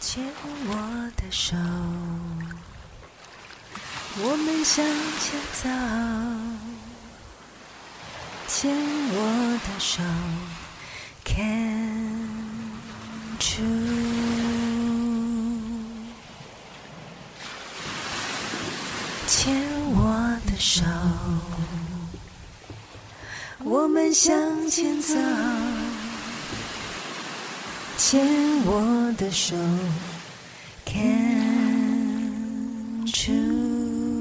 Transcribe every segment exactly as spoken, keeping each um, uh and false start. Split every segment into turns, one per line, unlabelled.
牵我的手，我们向前走，牵我的手 Can true， 牵我的手，我们向前走，牵我的手 Can true。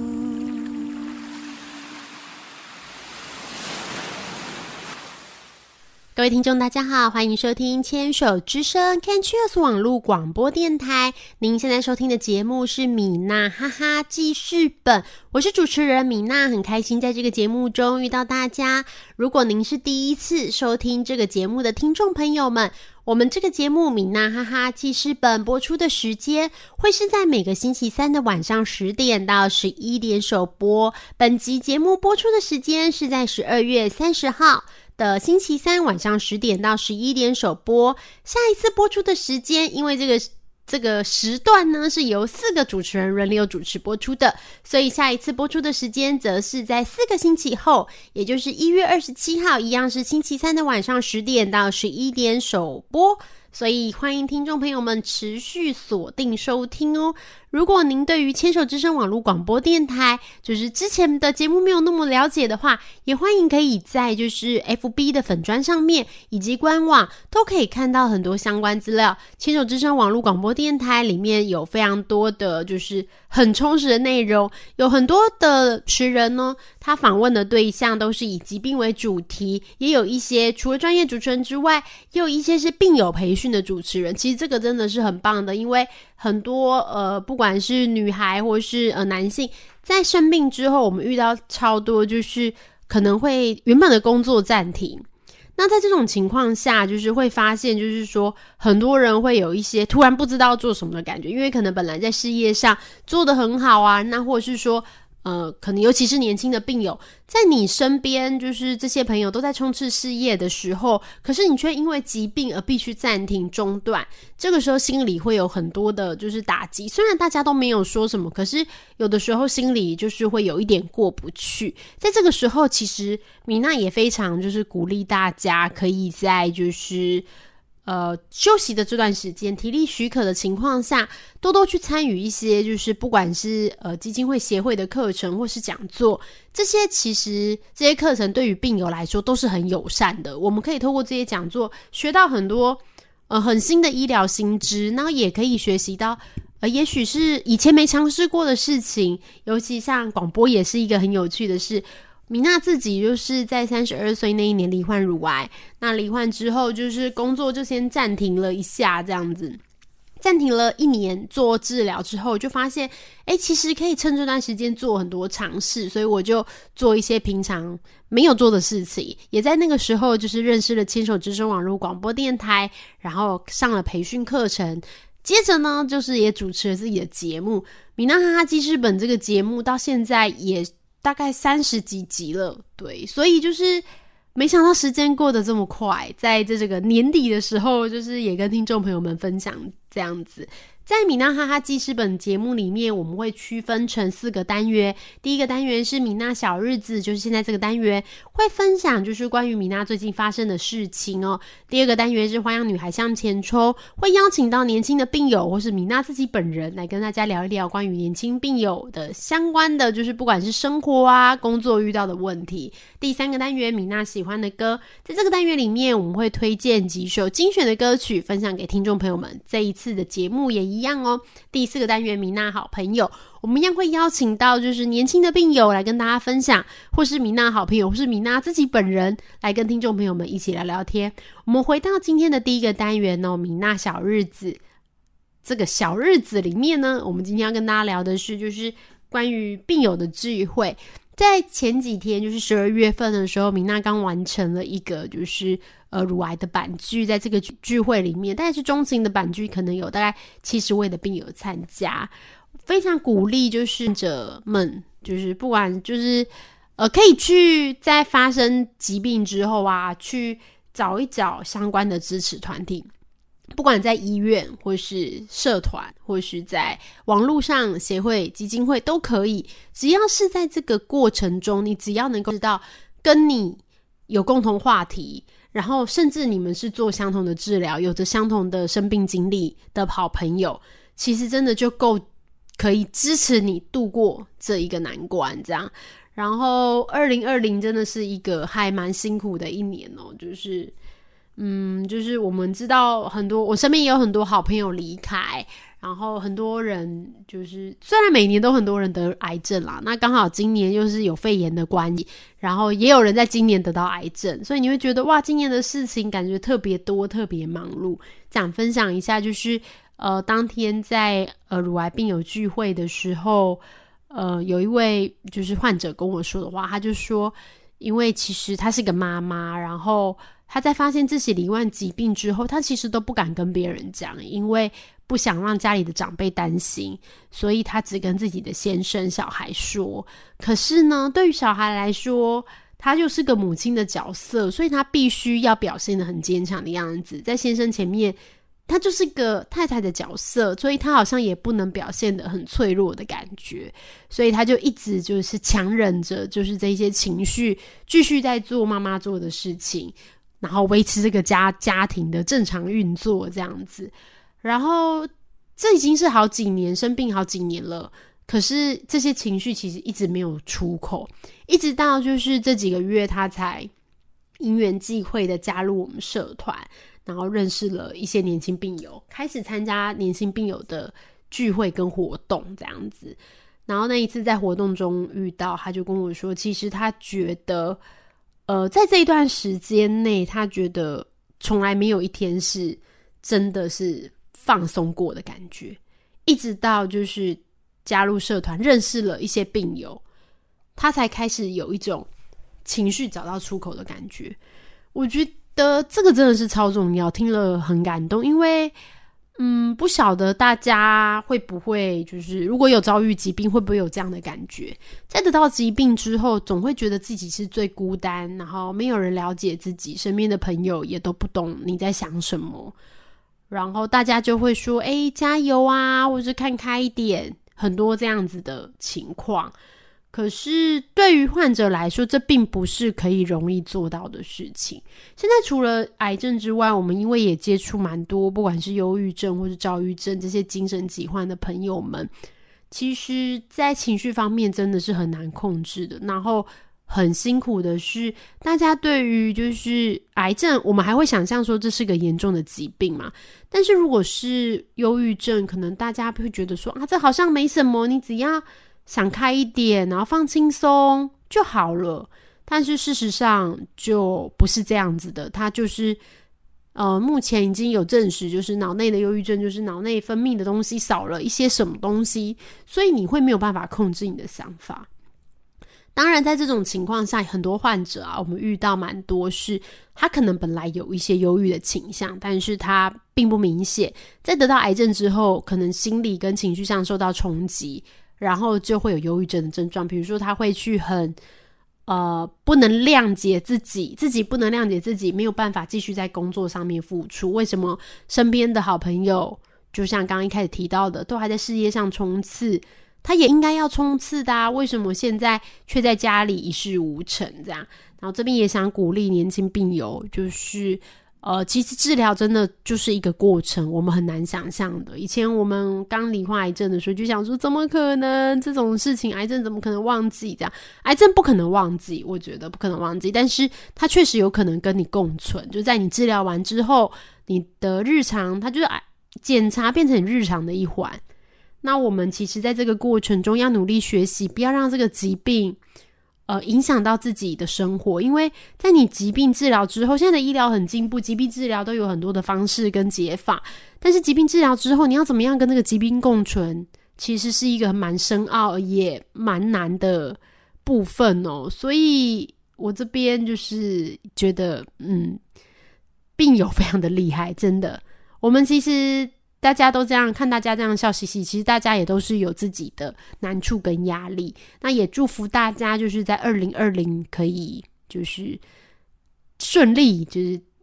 各位听众大家好，欢迎收听牵手之声 Can Cheers 网络广播电台。您现在收听的节目是米娜哈哈记事本，我是主持人米娜，很开心在这个节目中遇到大家。如果您是第一次收听这个节目的听众朋友们，我们这个节目米娜哈哈记事本播出的时间会是在每个星期三的晚上十点到十一点首播。本集节目播出的时间是在十二月三十号的星期三晚上十点到十一点首播。下一次播出的时间，因为这个这个时段呢是由四个主持人轮流主持播出的，所以下一次播出的时间则是在四个星期后，也就是一月二十七号，一样是星期三的晚上十点到十一点首播。所以欢迎听众朋友们持续锁定收听哦。如果您对于牵手之声网络广播电台就是之前的节目没有那么了解的话，也欢迎可以在就是 F B 的粉专上面以及官网都可以看到很多相关资料。牵手之声网络广播电台里面有非常多的就是很充实的内容，有很多的持人呢，他访问的对象都是以疾病为主题，也有一些除了专业主持人之外，也有一些是病友培训的主持人。其实这个真的是很棒的，因为很多呃，不管是女孩或是呃男性，在生病之后，我们遇到超多就是可能会原本的工作暂停。那在这种情况下，就是会发现就是说很多人会有一些突然不知道做什么的感觉，因为可能本来在事业上做得很好啊，那或者是说呃，可能尤其是年轻的病友，在你身边就是这些朋友都在冲刺事业的时候，可是你却因为疾病而必须暂停中断，这个时候心里会有很多的就是打击。虽然大家都没有说什么，可是有的时候心里就是会有一点过不去。在这个时候，其实米娜也非常就是鼓励大家可以在就是呃，休息的这段时间，体力许可的情况下，多多去参与一些就是不管是呃基金会协会的课程或是讲座，这些其实这些课程对于病友来说都是很友善的。我们可以透过这些讲座学到很多呃很新的医疗新知，然后也可以学习到呃也许是以前没尝试过的事情，尤其像广播也是一个很有趣的事。米娜自己就是在三十二岁那一年罹患乳癌，那罹患之后就是工作就先暂停了一下，这样子暂停了一年做治疗之后，就发现诶其实可以趁这段时间做很多尝试，所以我就做一些平常没有做的事情，也在那个时候就是认识了牵手之声网络广播电台，然后上了培训课程，接着呢就是也主持了自己的节目米娜哈哈记事本，这个节目到现在也大概三十几集了，对，所以就是没想到时间过得这么快，在这这个年底的时候，就是也跟听众朋友们分享这样子。在米娜哈哈记事本节目里面，我们会区分成四个单元。第一个单元是米娜小日子，就是现在这个单元会分享就是关于米娜最近发生的事情哦。第二个单元是花样女孩向前冲，会邀请到年轻的病友或是米娜自己本人来跟大家聊一聊关于年轻病友的相关的就是不管是生活啊工作遇到的问题。第三个单元米娜喜欢的歌，在这个单元里面我们会推荐几首精选的歌曲分享给听众朋友们。这一次的节目也一样哦。第四个单元米娜好朋友，我们一样会邀请到就是年轻的病友来跟大家分享，或是米娜好朋友，或是米娜自己本人来跟听众朋友们一起聊聊天。我们回到今天的第一个单元哦，米娜小日子。这个小日子里面呢，我们今天要跟大家聊的是就是关于病友的聚会。在前几天就是十二月份的时候，米娜刚完成了一个就是呃乳癌的版剧，在这个聚会里面，大概是中型的版剧，可能有大概七十位的病友参加。非常鼓励就是者们，就是不管就是呃可以去在发生疾病之后啊，去找一找相关的支持团体。 不管在医院或是社团或是在网络上协会基金会都可以，只要是在这个过程中，你只要能够知道跟你有共同话题，然后甚至你们是做相同的治疗，有着相同的生病经历的好朋友，其实真的就够可以支持你度过这一个难关这样。然后二零二零真的是一个还蛮辛苦的一年哦，就是嗯，就是我们知道很多，我身边也有很多好朋友离开，然后很多人就是虽然每年都很多人得癌症啦，那刚好今年又是有肺炎的关系，然后也有人在今年得到癌症，所以你会觉得哇，今年的事情感觉特别多，特别忙碌。这样分享一下，就是呃，当天在呃乳癌病友聚会的时候，呃，有一位就是患者跟我说的话，他就说，因为其实他是个妈妈，然后他在发现自己罹患疾病之后，他其实都不敢跟别人讲，因为不想让家里的长辈担心，所以他只跟自己的先生小孩说。可是呢，对于小孩来说，他就是个母亲的角色，所以他必须要表现得很坚强的样子，在先生前面他就是个太太的角色，所以他好像也不能表现得很脆弱的感觉，所以他就一直就是强忍着就是这些情绪，继续在做妈妈做的事情，然后维持这个家家庭的正常运作这样子。然后这已经是好几年，生病好几年了，可是这些情绪其实一直没有出口，一直到就是这几个月他才因缘际会的加入我们社团，然后认识了一些年轻病友，开始参加年轻病友的聚会跟活动这样子。然后那一次在活动中遇到，他就跟我说，其实他觉得呃，在这一段时间内，他觉得从来没有一天是真的是放松过的感觉，一直到就是加入社团认识了一些病友，他才开始有一种情绪找到出口的感觉。我觉得这个真的是超重要，听了很感动。因为嗯，不晓得大家会不会就是如果有遭遇疾病，会不会有这样的感觉，在得到疾病之后总会觉得自己是最孤单，然后没有人了解自己，身边的朋友也都不懂你在想什么，然后大家就会说诶加油啊，或是看开一点，很多这样子的情况。可是对于患者来说，这并不是可以容易做到的事情。现在除了癌症之外，我们因为也接触蛮多不管是忧郁症或是躁郁症这些精神疾患的朋友们，其实在情绪方面真的是很难控制的。然后很辛苦的是，大家对于就是癌症，我们还会想象说这是个严重的疾病嘛，但是如果是忧郁症，可能大家会觉得说啊，这好像没什么，你只要想开一点，然后放轻松就好了。但是事实上就不是这样子的，它就是呃，目前已经有证实，就是脑内的忧郁症就是脑内分泌的东西少了一些什么东西，所以你会没有办法控制你的想法。当然在这种情况下，很多患者啊，我们遇到蛮多是他可能本来有一些忧郁的倾向，但是他并不明显，在得到癌症之后，可能心理跟情绪上受到冲击，然后就会有忧郁症的症状。比如说他会去很呃不能谅解自己自己不能谅解自己没有办法继续在工作上面付出，为什么身边的好朋友就像刚刚一开始提到的都还在事业上冲刺，他也应该要冲刺的啊，为什么现在却在家里一事无成这样。然后这边也想鼓励年轻病友，就是呃，其实治疗真的就是一个过程，我们很难想象的。以前我们刚罹患癌症的时候就想说怎么可能这种事情，癌症怎么可能忘记这样，癌症不可能忘记，我觉得不可能忘记，但是它确实有可能跟你共存，就在你治疗完之后，你的日常它就是检查变成你日常的一环。那我们其实在这个过程中要努力学习，不要让这个疾病呃，影响到自己的生活。因为在你疾病治疗之后，现在的医疗很进步，疾病治疗都有很多的方式跟解法，但是疾病治疗之后你要怎么样跟那个疾病共存，其实是一个蛮深奥也蛮难的部分哦。所以我这边就是觉得嗯，病友非常的厉害，真的。我们其实大家都这样看，大家这样笑嘻嘻，其实大家也都是有自己的难处跟压力。那也祝福大家就是在二零二零可以就是顺利，就是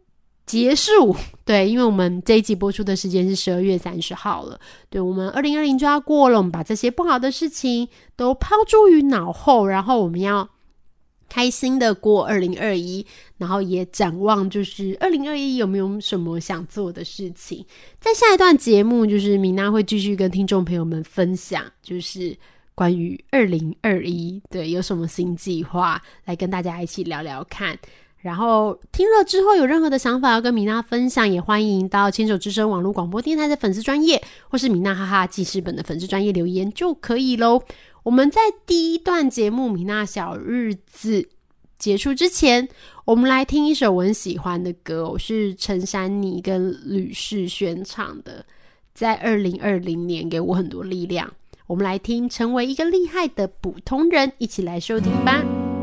结束。对，因为我们这一集播出的时间是十二月三十号了，对，我们二零二零就要过了，我们把这些不好的事情都抛诸于脑后，然后我们要开心的过二零二一，然后也展望就是二零二一有没有什么想做的事情。在下一段节目，就是米娜会继续跟听众朋友们分享，就是关于二零二一，对，有什么新计划来跟大家一起聊聊看。然后听了之后有任何的想法要跟米娜分享，也欢迎到牵手之声网络广播电台的粉丝专页，或是米娜哈哈记事本的粉丝专页留言就可以咯。我们在第一段节目米娜小日子结束之前，我们来听一首我很喜欢的歌，我是陈珊妮跟吕士轩唱的，在二零二零年给我很多力量。我们来听成为一个厉害的普通人，一起来收听吧。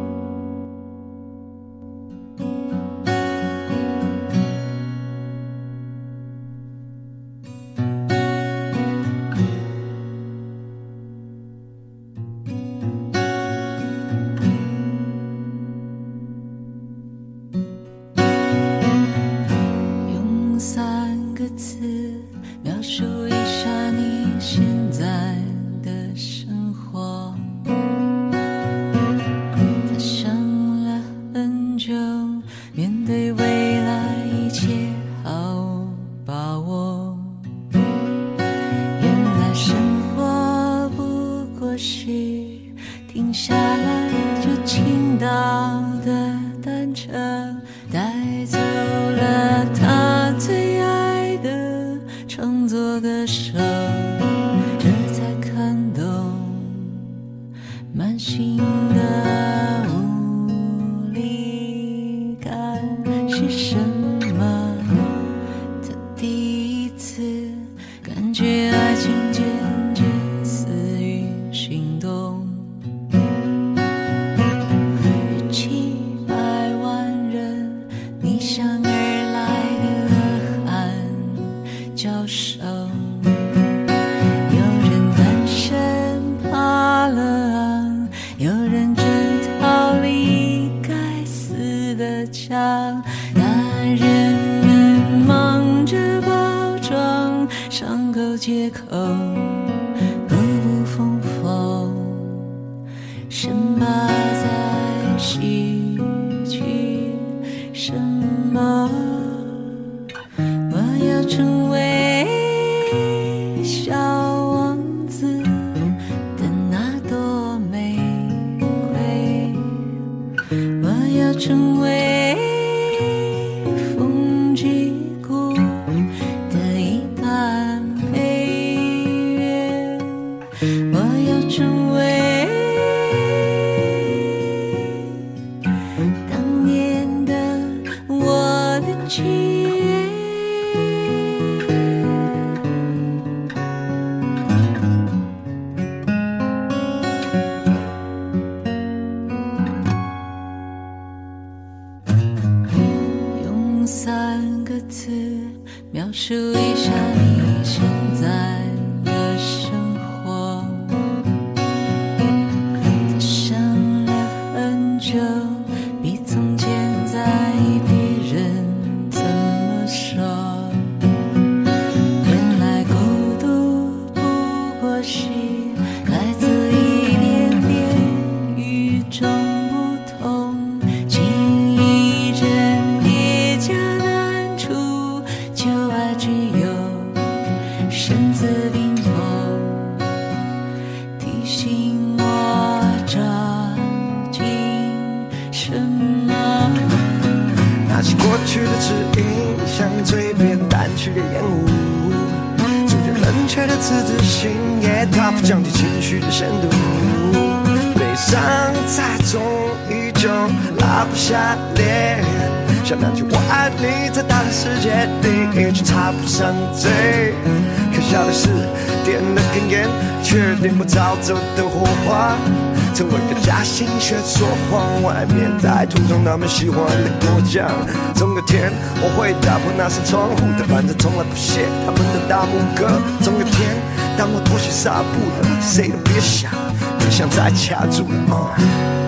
心却说谎，外面在涂上他们喜欢的果酱。总有天我会打破那扇窗户，但反正从来不屑他们的大拇哥。总有天当我脱鞋撒步了，谁都别想，别想再卡住了。uh